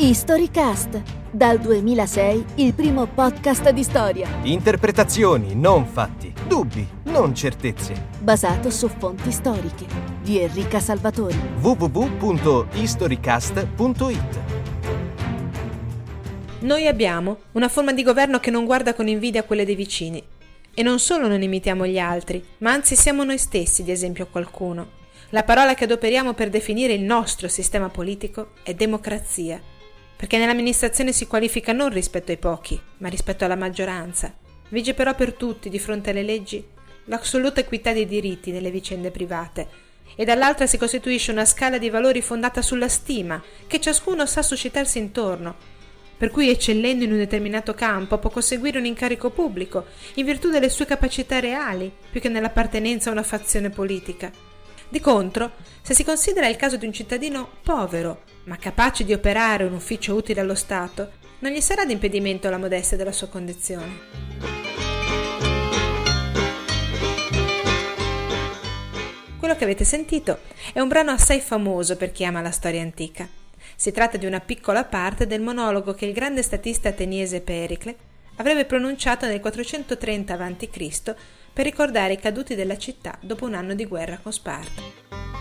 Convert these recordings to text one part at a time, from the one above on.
Historycast, dal 2006 il primo podcast di storia. Interpretazioni, non fatti. Dubbi, non certezze. Basato su fonti storiche. Di Enrica Salvatori. www.historycast.it. Noi abbiamo una forma di governo che non guarda con invidia quelle dei vicini. E non solo non imitiamo gli altri, ma anzi siamo noi stessi di esempio a qualcuno. La parola che adoperiamo per definire il nostro sistema politico è democrazia. Perché nell'amministrazione si qualifica non rispetto ai pochi, ma rispetto alla maggioranza. Vige però per tutti, di fronte alle leggi, l'assoluta equità dei diritti nelle vicende private, e dall'altra si costituisce una scala di valori fondata sulla stima, che ciascuno sa suscitarsi intorno, per cui eccellendo in un determinato campo può conseguire un incarico pubblico, in virtù delle sue capacità reali, più che nell'appartenenza a una fazione politica. Di contro, se si considera il caso di un cittadino povero, ma capace di operare un ufficio utile allo Stato, non gli sarà d'impedimento la modestia della sua condizione. Quello che avete sentito è un brano assai famoso per chi ama la storia antica. Si tratta di una piccola parte del monologo che il grande statista ateniese Pericle avrebbe pronunciato nel 430 a.C. per ricordare i caduti della città dopo un anno di guerra con Sparta.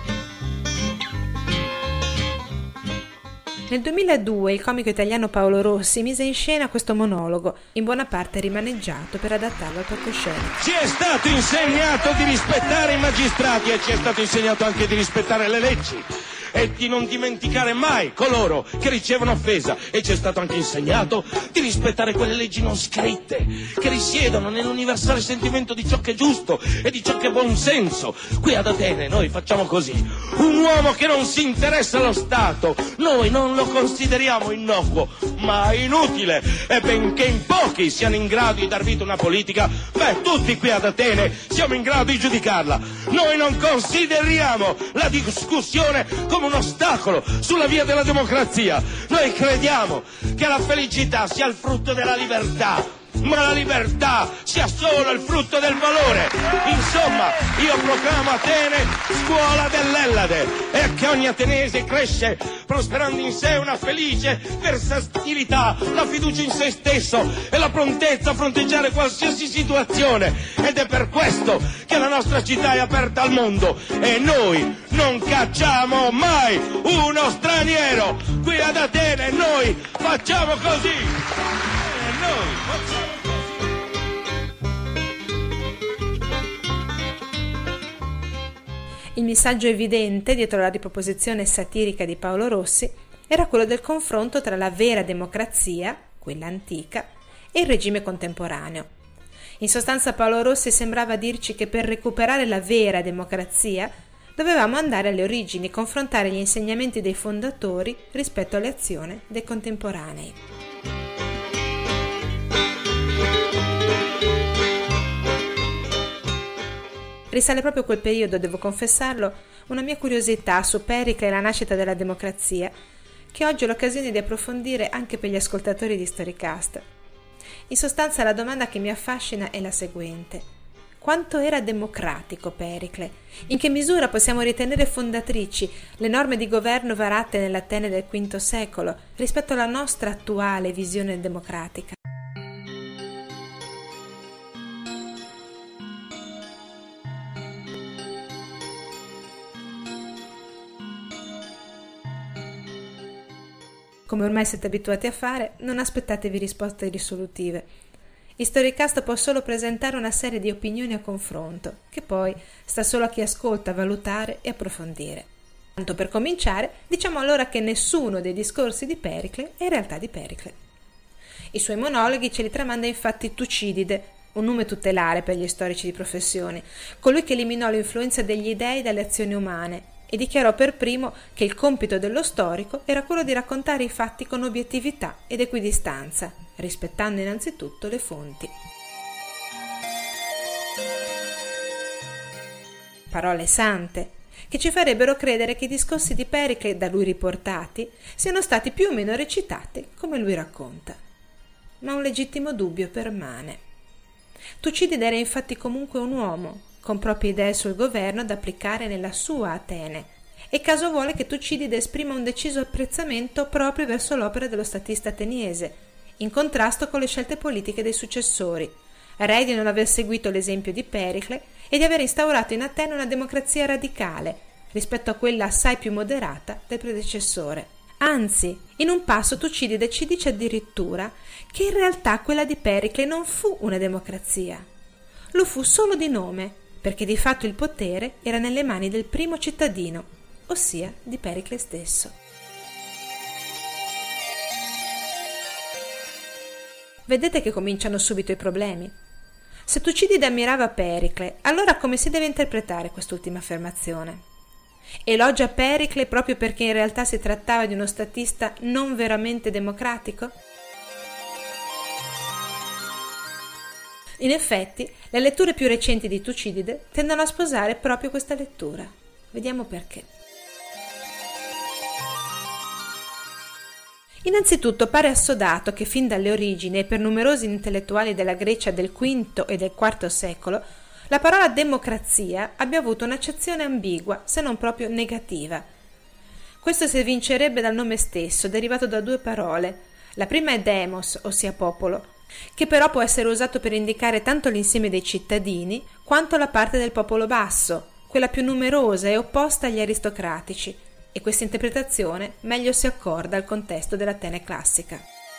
Nel 2002 il comico italiano Paolo Rossi mise in scena questo monologo, in buona parte rimaneggiato per adattarlo al palcoscenico. Ci è stato insegnato di rispettare i magistrati e ci è stato insegnato anche di rispettare le leggi e di non dimenticare mai coloro che ricevono offesa, e ci è stato anche insegnato di rispettare quelle leggi non scritte che risiedono nell'universale sentimento di ciò che è giusto e di ciò che è buon senso. Qui ad Atene noi facciamo così: un uomo che non si interessa allo Stato noi non lo consideriamo innocuo ma inutile, e benché in pochi siano in grado di dar vita a una politica, tutti qui ad Atene siamo in grado di giudicarla. Noi non consideriamo la discussione come un ostacolo sulla via della democrazia. Noi crediamo che la felicità sia il frutto della libertà, ma la libertà sia solo il frutto del valore. Insomma, io proclamo Atene scuola dell'Ellade, e che ogni atenese cresce prosperando in sé una felice versatilità, la fiducia in se stesso e la prontezza a fronteggiare qualsiasi situazione. Ed è per questo che la nostra città è aperta al mondo e noi non cacciamo mai uno straniero. Qui ad Atene noi facciamo così. Il messaggio evidente dietro la riproposizione satirica di Paolo Rossi era quello del confronto tra la vera democrazia, quella antica, e il regime contemporaneo. In sostanza Paolo Rossi sembrava dirci che per recuperare la vera democrazia dovevamo andare alle origini e confrontare gli insegnamenti dei fondatori rispetto alle azioni dei contemporanei. Risale proprio a quel periodo, devo confessarlo, una mia curiosità su Pericle e la nascita della democrazia, che oggi ho l'occasione di approfondire anche per gli ascoltatori di Historycast. In sostanza la domanda che mi affascina è la seguente: quanto era democratico Pericle? In che misura possiamo ritenere fondatrici le norme di governo varate nell'Atene del V secolo rispetto alla nostra attuale visione democratica? Come ormai siete abituati a fare, non aspettatevi risposte risolutive. Historycast può solo presentare una serie di opinioni a confronto, che poi sta solo a chi ascolta valutare e approfondire. Tanto per cominciare, diciamo allora che nessuno dei discorsi di Pericle è in realtà di Pericle. I suoi monologhi ce li tramanda infatti Tucidide, un nome tutelare per gli storici di professione, colui che eliminò l'influenza degli dei dalle azioni umane e dichiarò per primo che il compito dello storico era quello di raccontare i fatti con obiettività ed equidistanza, rispettando innanzitutto le fonti. Parole sante, che ci farebbero credere che i discorsi di Pericle da lui riportati siano stati più o meno recitati come lui racconta. Ma un legittimo dubbio permane. Tucidide era infatti comunque un uomo, con proprie idee sul governo da applicare nella sua Atene, e caso vuole che Tucidide esprima un deciso apprezzamento proprio verso l'opera dello statista ateniese, in contrasto con le scelte politiche dei successori, rei di non aver seguito l'esempio di Pericle e di aver instaurato in Atene una democrazia radicale rispetto a quella assai più moderata del predecessore. Anzi, in un passo Tucidide ci dice addirittura che in realtà quella di Pericle non fu una democrazia. Lo fu solo di nome, perché di fatto il potere era nelle mani del primo cittadino, ossia di Pericle stesso. Vedete che cominciano subito i problemi. Se Tucidide ammirava Pericle, allora come si deve interpretare quest'ultima affermazione? Elogia Pericle proprio perché in realtà si trattava di uno statista non veramente democratico? In effetti, le letture più recenti di Tucidide tendono a sposare proprio questa lettura. Vediamo perché. Innanzitutto pare assodato che fin dalle origini e per numerosi intellettuali della Grecia del V e del IV secolo la parola democrazia abbia avuto un'accezione ambigua, se non proprio negativa. Questo si evincerebbe dal nome stesso, derivato da due parole. La prima è demos, ossia popolo, che però può essere usato per indicare tanto l'insieme dei cittadini quanto la parte del popolo basso, quella più numerosa e opposta agli aristocratici, e questa interpretazione meglio si accorda al contesto dell'Atene classica.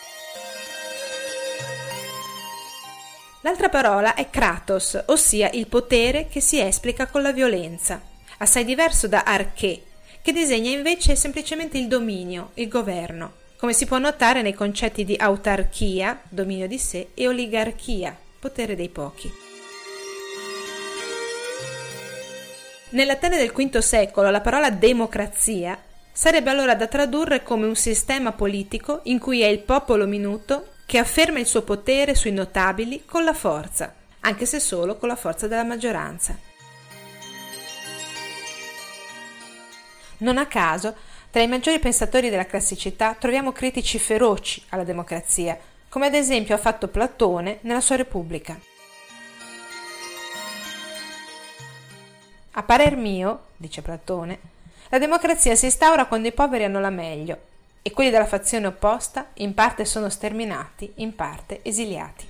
L'altra parola è kratos, ossia il potere che si esplica con la violenza, assai diverso da arché, che disegna invece semplicemente il dominio, il governo, come si può notare nei concetti di autarchia, dominio di sé, e oligarchia, potere dei pochi. Nell'Atene del V secolo la parola democrazia sarebbe allora da tradurre come un sistema politico in cui è il popolo minuto che afferma il suo potere sui notabili con la forza, anche se solo con la forza della maggioranza. Non a caso, tra i maggiori pensatori della classicità troviamo critici feroci alla democrazia, come ad esempio ha fatto Platone nella sua Repubblica. A parer mio, dice Platone, la democrazia si instaura quando i poveri hanno la meglio e quelli della fazione opposta in parte sono sterminati, in parte esiliati.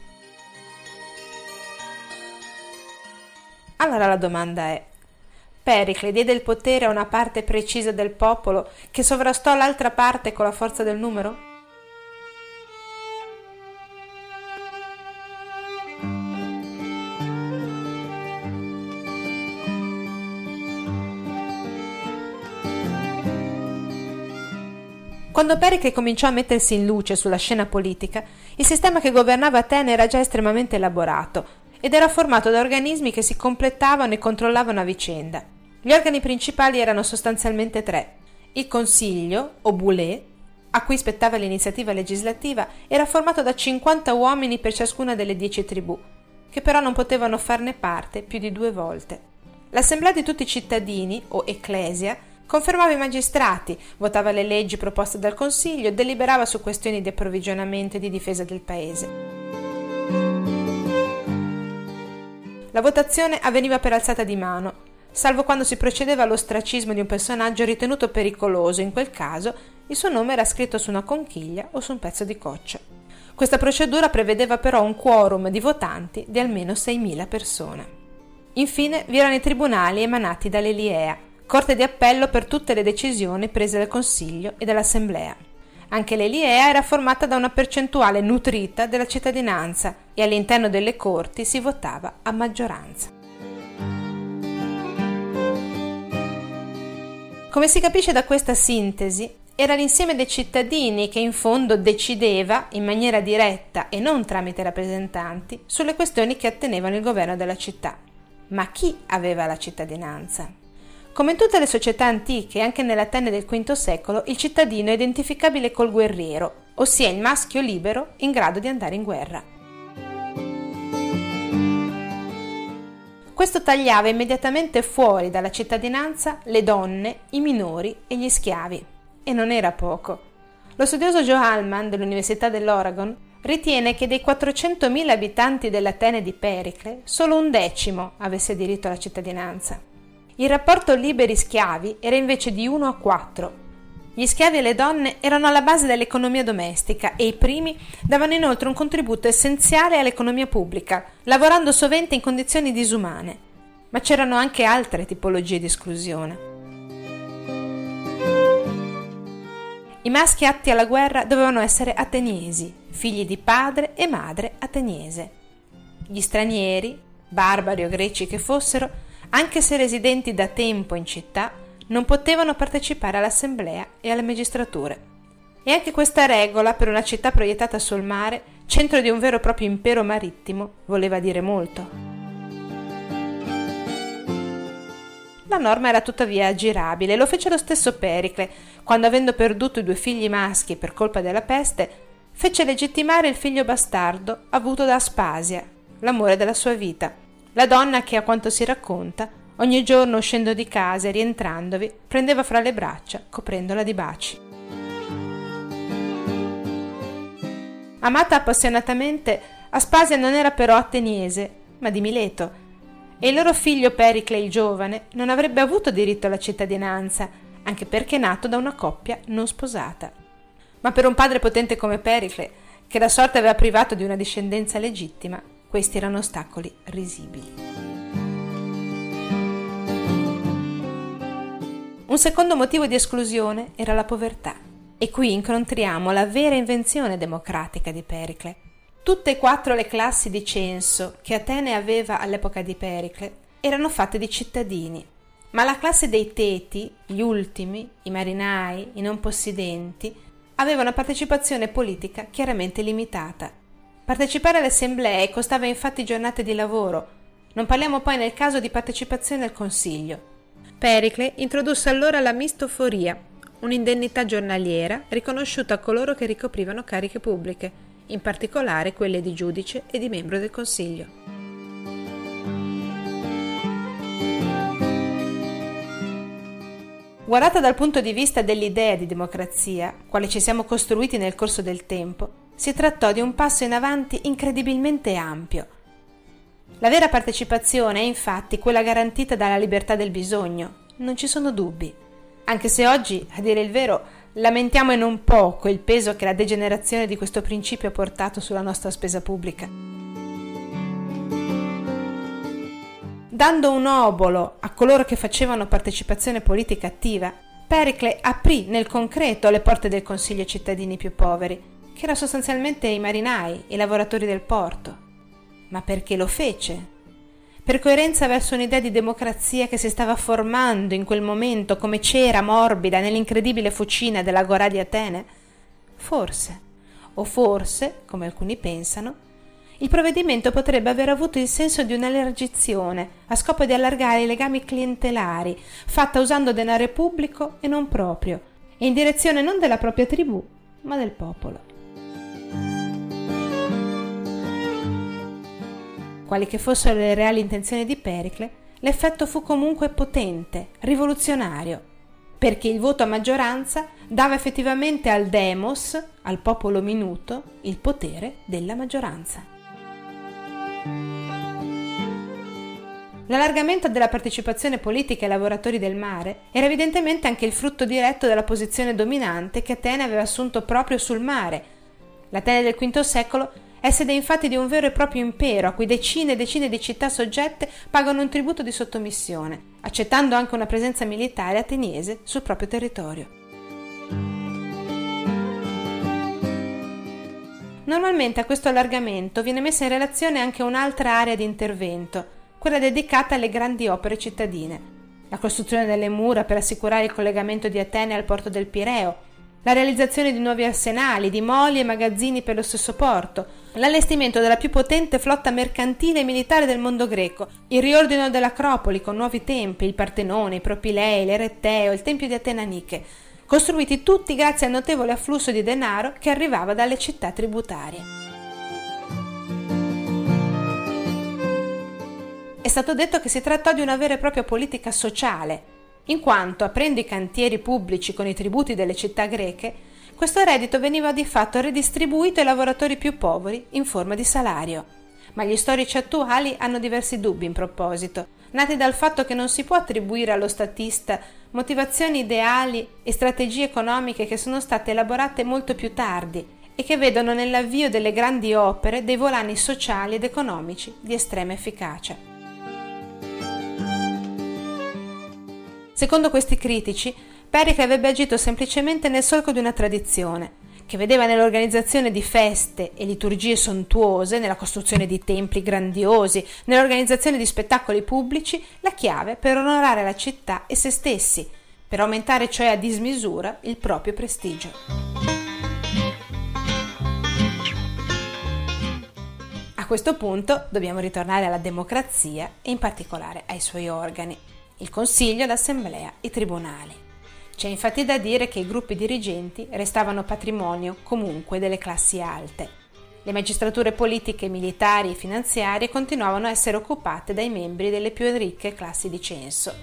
Allora la domanda è: Pericle diede il potere a una parte precisa del popolo che sovrastò l'altra parte con la forza del numero? Quando Pericle cominciò a mettersi in luce sulla scena politica, il sistema che governava Atene era già estremamente elaborato ed era formato da organismi che si completavano e controllavano a vicenda. Gli organi principali erano sostanzialmente tre. Il Consiglio, o Boulé, a cui spettava l'iniziativa legislativa, era formato da 50 uomini per ciascuna delle 10 tribù, che però non potevano farne parte più di 2 volte. L'assemblea di tutti i cittadini, o ecclesia, confermava i magistrati, votava le leggi proposte dal Consiglio e deliberava su questioni di approvvigionamento e di difesa del paese. La votazione avveniva per alzata di mano, salvo quando si procedeva all'ostracismo di un personaggio ritenuto pericoloso. In quel caso il suo nome era scritto su una conchiglia o su un pezzo di coccia. Questa procedura prevedeva però un quorum di votanti di almeno 6.000 persone. Infine vi erano i tribunali emanati dall'Eliea, corte di appello per tutte le decisioni prese dal Consiglio e dall'Assemblea. Anche l'Eliea era formata da una percentuale nutrita della cittadinanza e all'interno delle corti si votava a maggioranza. Come si capisce da questa sintesi, era l'insieme dei cittadini che in fondo decideva in maniera diretta e non tramite rappresentanti sulle questioni che attenevano il governo della città. Ma chi aveva la cittadinanza? Come in tutte le società antiche, anche nell'Atene del V secolo, il cittadino è identificabile col guerriero, ossia il maschio libero in grado di andare in guerra. Questo tagliava immediatamente fuori dalla cittadinanza le donne, i minori e gli schiavi. E non era poco. Lo studioso Joe Allman dell'Università dell'Oregon ritiene che dei 400.000 abitanti dell'Atene di Pericle solo 1/10 avesse diritto alla cittadinanza. Il rapporto liberi-schiavi era invece di 1 a 4. Gli schiavi e le donne erano alla base dell'economia domestica e i primi davano inoltre un contributo essenziale all'economia pubblica, lavorando sovente in condizioni disumane. Ma c'erano anche altre tipologie di esclusione. I maschi atti alla guerra dovevano essere ateniesi, figli di padre e madre ateniese. Gli stranieri, barbari o greci che fossero, anche se residenti da tempo in città, non potevano partecipare all'assemblea e alle magistrature. E anche questa regola, per una città proiettata sul mare, centro di un vero e proprio impero marittimo, voleva dire molto. La norma era tuttavia aggirabile, lo fece lo stesso Pericle, quando, avendo perduto i 2 figli maschi per colpa della peste, fece legittimare il figlio bastardo avuto da Aspasia, l'amore della sua vita, la donna che, a quanto si racconta, ogni giorno uscendo di casa e rientrandovi, prendeva fra le braccia, coprendola di baci. Amata appassionatamente, Aspasia non era però ateniese, ma di Mileto, e il loro figlio Pericle il giovane non avrebbe avuto diritto alla cittadinanza, anche perché nato da una coppia non sposata. Ma per un padre potente come Pericle, che la sorte aveva privato di una discendenza legittima, questi erano ostacoli risibili. Un secondo motivo di esclusione era la povertà, e qui incontriamo la vera invenzione democratica di Pericle. Tutte e 4 le classi di censo che Atene aveva all'epoca di Pericle erano fatte di cittadini, ma la classe dei teti, gli ultimi, i marinai, i non possidenti, aveva una partecipazione politica chiaramente limitata. Partecipare alle assemblee costava infatti giornate di lavoro, non parliamo poi nel caso di partecipazione al consiglio. Pericle introdusse allora la mistoforia, un'indennità giornaliera riconosciuta a coloro che ricoprivano cariche pubbliche, in particolare quelle di giudice e di membro del Consiglio. Guardata dal punto di vista dell'idea di democrazia, quale ci siamo costruiti nel corso del tempo, si trattò di un passo in avanti incredibilmente ampio. La vera partecipazione è infatti quella garantita dalla libertà del bisogno, non ci sono dubbi, anche se oggi, a dire il vero, lamentiamo e non poco il peso che la degenerazione di questo principio ha portato sulla nostra spesa pubblica. Dando un obolo a coloro che facevano partecipazione politica attiva, Pericle aprì nel concreto le porte del Consiglio ai cittadini più poveri, che erano sostanzialmente i marinai, i lavoratori del porto. Ma perché lo fece? Per coerenza verso un'idea di democrazia che si stava formando in quel momento come cera morbida nell'incredibile fucina dell'agorà di Atene? Forse, o forse, come alcuni pensano, il provvedimento potrebbe aver avuto il senso di un'elargizione a scopo di allargare i legami clientelari, fatta usando denaro pubblico e non proprio, e in direzione non della propria tribù, ma del popolo. Quali che fossero le reali intenzioni di Pericle, l'effetto fu comunque potente, rivoluzionario, perché il voto a maggioranza dava effettivamente al demos, al popolo minuto, il potere della maggioranza. L'allargamento della partecipazione politica ai lavoratori del mare era evidentemente anche il frutto diretto della posizione dominante che Atene aveva assunto proprio sul mare. L'Atene del V secolo è sede infatti di un vero e proprio impero a cui decine e decine di città soggette pagano un tributo di sottomissione, accettando anche una presenza militare ateniese sul proprio territorio. Normalmente a questo allargamento viene messa in relazione anche un'altra area di intervento, quella dedicata alle grandi opere cittadine, la costruzione delle mura per assicurare il collegamento di Atene al porto del Pireo, la realizzazione di nuovi arsenali, di moli e magazzini per lo stesso porto, l'allestimento della più potente flotta mercantile e militare del mondo greco, il riordino dell'Acropoli con nuovi templi, il Partenone, i Propilei, l'Eretteo, il Tempio di Atena Niche, costruiti tutti grazie al notevole afflusso di denaro che arrivava dalle città tributarie. È stato detto che si trattò di una vera e propria politica sociale, in quanto, aprendo i cantieri pubblici con i tributi delle città greche, questo reddito veniva di fatto redistribuito ai lavoratori più poveri in forma di salario. ma gli storici attuali hanno diversi dubbi in proposito, nati dal fatto che non si può attribuire allo statista motivazioni ideali e strategie economiche che sono state elaborate molto più tardi e che vedono nell'avvio delle grandi opere dei volani sociali ed economici di estrema efficacia. Secondo questi critici, Pericle avrebbe agito semplicemente nel solco di una tradizione, che vedeva nell'organizzazione di feste e liturgie sontuose, nella costruzione di templi grandiosi, nell'organizzazione di spettacoli pubblici, la chiave per onorare la città e se stessi, per aumentare cioè a dismisura il proprio prestigio. A questo punto dobbiamo ritornare alla democrazia e in particolare ai suoi organi, il Consiglio, l'Assemblea, i tribunali. C'è infatti da dire che i gruppi dirigenti restavano patrimonio comunque delle classi alte. Le magistrature politiche, militari e finanziarie continuavano a essere occupate dai membri delle più ricche classi di censo.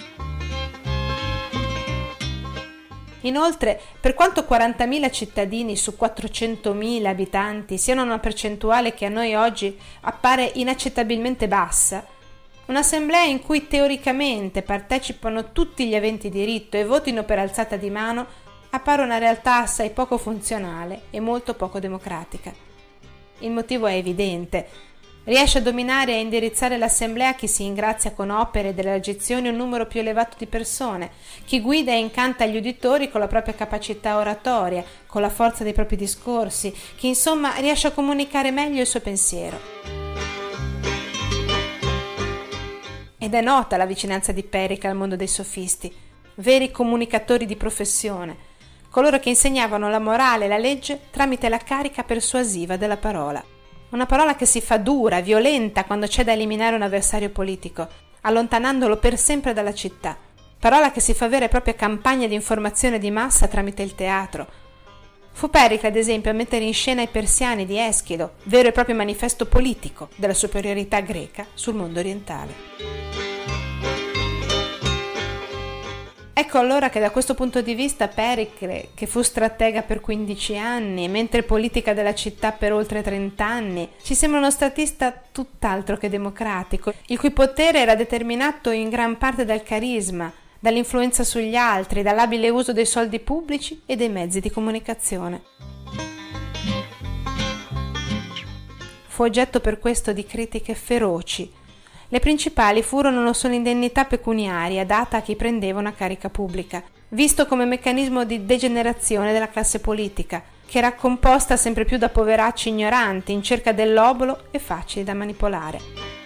Inoltre, per quanto 40.000 cittadini su 400.000 abitanti siano una percentuale che a noi oggi appare inaccettabilmente bassa, un'assemblea in cui teoricamente partecipano tutti gli aventi diritto e votino per alzata di mano appare una realtà assai poco funzionale e molto poco democratica. Il motivo è evidente. Riesce a dominare e a indirizzare l'assemblea chi si ingrazia con opere delle agizioni un numero più elevato di persone, chi guida e incanta gli uditori con la propria capacità oratoria, con la forza dei propri discorsi, chi insomma riesce a comunicare meglio il suo pensiero. Ed è nota la vicinanza di Pericle al mondo dei sofisti, veri comunicatori di professione, coloro che insegnavano la morale e la legge tramite la carica persuasiva della parola. Una parola che si fa dura, violenta quando c'è da eliminare un avversario politico, allontanandolo per sempre dalla città. Parola che si fa vera e propria campagna di informazione di massa tramite il teatro. Fu Pericle, ad esempio, a mettere in scena i Persiani di Eschilo, vero e proprio manifesto politico della superiorità greca sul mondo orientale. Ecco allora che da questo punto di vista Pericle, che fu stratega per 15 anni, mentre politica della città per oltre 30 anni, ci sembra uno statista tutt'altro che democratico, il cui potere era determinato in gran parte dal carisma, dall'influenza sugli altri, dall'abile uso dei soldi pubblici e dei mezzi di comunicazione. Fu oggetto per questo di critiche feroci. Le principali furono non solo indennità pecuniaria data a chi prendeva una carica pubblica, visto come meccanismo di degenerazione della classe politica, che era composta sempre più da poveracci ignoranti in cerca dell'obolo e facili da manipolare.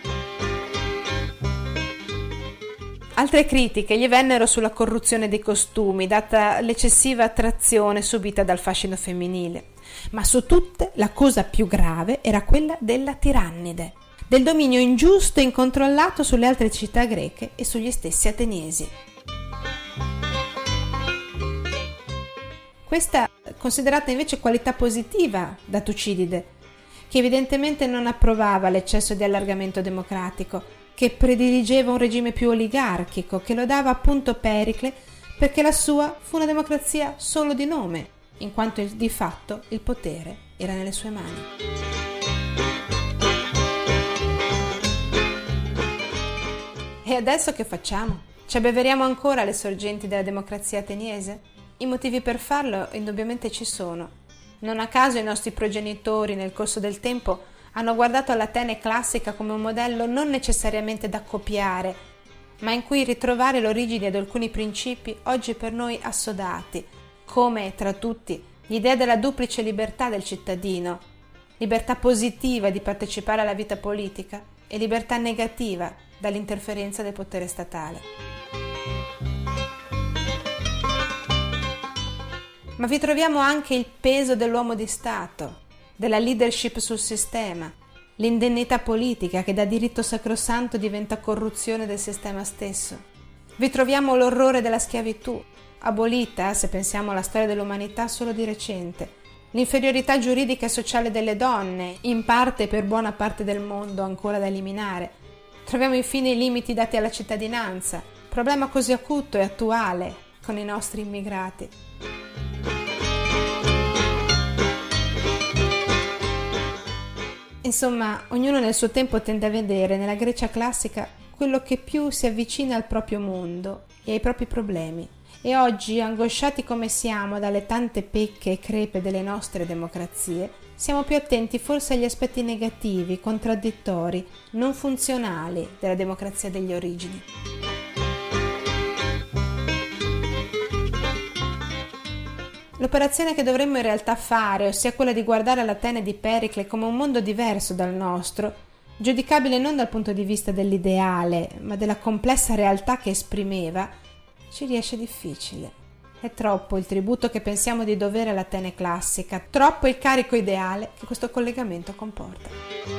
Altre critiche gli vennero sulla corruzione dei costumi, data l'eccessiva attrazione subita dal fascino femminile, ma su tutte la cosa più grave era quella della tirannide, del dominio ingiusto e incontrollato sulle altre città greche e sugli stessi ateniesi. Questa considerata invece qualità positiva da Tucidide, che evidentemente non approvava l'eccesso di allargamento democratico, che prediligeva un regime più oligarchico, che lodava appunto Pericle perché la sua fu una democrazia solo di nome, in quanto di fatto il potere era nelle sue mani. E adesso che facciamo? Ci abbeveriamo ancora alle sorgenti della democrazia ateniese? I motivi per farlo indubbiamente ci sono. Non a caso i nostri progenitori nel corso del tempo hanno guardato all'Atene classica come un modello non necessariamente da copiare, ma in cui ritrovare l'origine di alcuni principi oggi per noi assodati, come tra tutti l'idea della duplice libertà del cittadino, libertà positiva di partecipare alla vita politica e libertà negativa dall'interferenza del potere statale. Ma vi troviamo anche il peso dell'uomo di Stato, della leadership sul sistema, l'indennità politica che da diritto sacrosanto diventa corruzione del sistema stesso. Vi troviamo l'orrore della schiavitù, abolita, se pensiamo alla storia dell'umanità, solo di recente, l'inferiorità giuridica e sociale delle donne, in parte e per buona parte del mondo ancora da eliminare. Troviamo infine i limiti dati alla cittadinanza, problema così acuto e attuale con i nostri immigrati. Insomma, ognuno nel suo tempo tende a vedere nella Grecia classica quello che più si avvicina al proprio mondo e ai propri problemi. E oggi, angosciati come siamo dalle tante pecche e crepe delle nostre democrazie, siamo più attenti forse agli aspetti negativi, contraddittori, non funzionali della democrazia degli origini. L'operazione che dovremmo in realtà fare, ossia quella di guardare all'Atene di Pericle come un mondo diverso dal nostro, giudicabile non dal punto di vista dell'ideale, ma della complessa realtà che esprimeva, ci riesce difficile. È troppo il tributo che pensiamo di dovere all'Atene classica, troppo il carico ideale che questo collegamento comporta.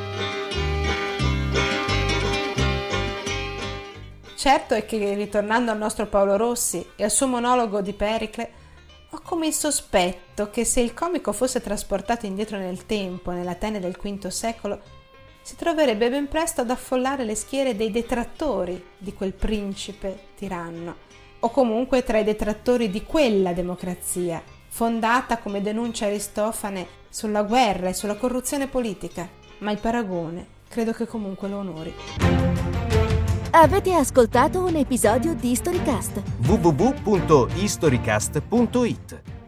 Certo è che, ritornando al nostro Paolo Rossi e al suo monologo di Pericle, ho come il sospetto che se il comico fosse trasportato indietro nel tempo, nell'Atene del V secolo, si troverebbe ben presto ad affollare le schiere dei detrattori di quel principe tiranno, o comunque tra i detrattori di quella democrazia, fondata, come denuncia Aristofane, sulla guerra e sulla corruzione politica, ma il paragone credo che comunque lo onori. Avete ascoltato un episodio di Historycast. www.historycast.it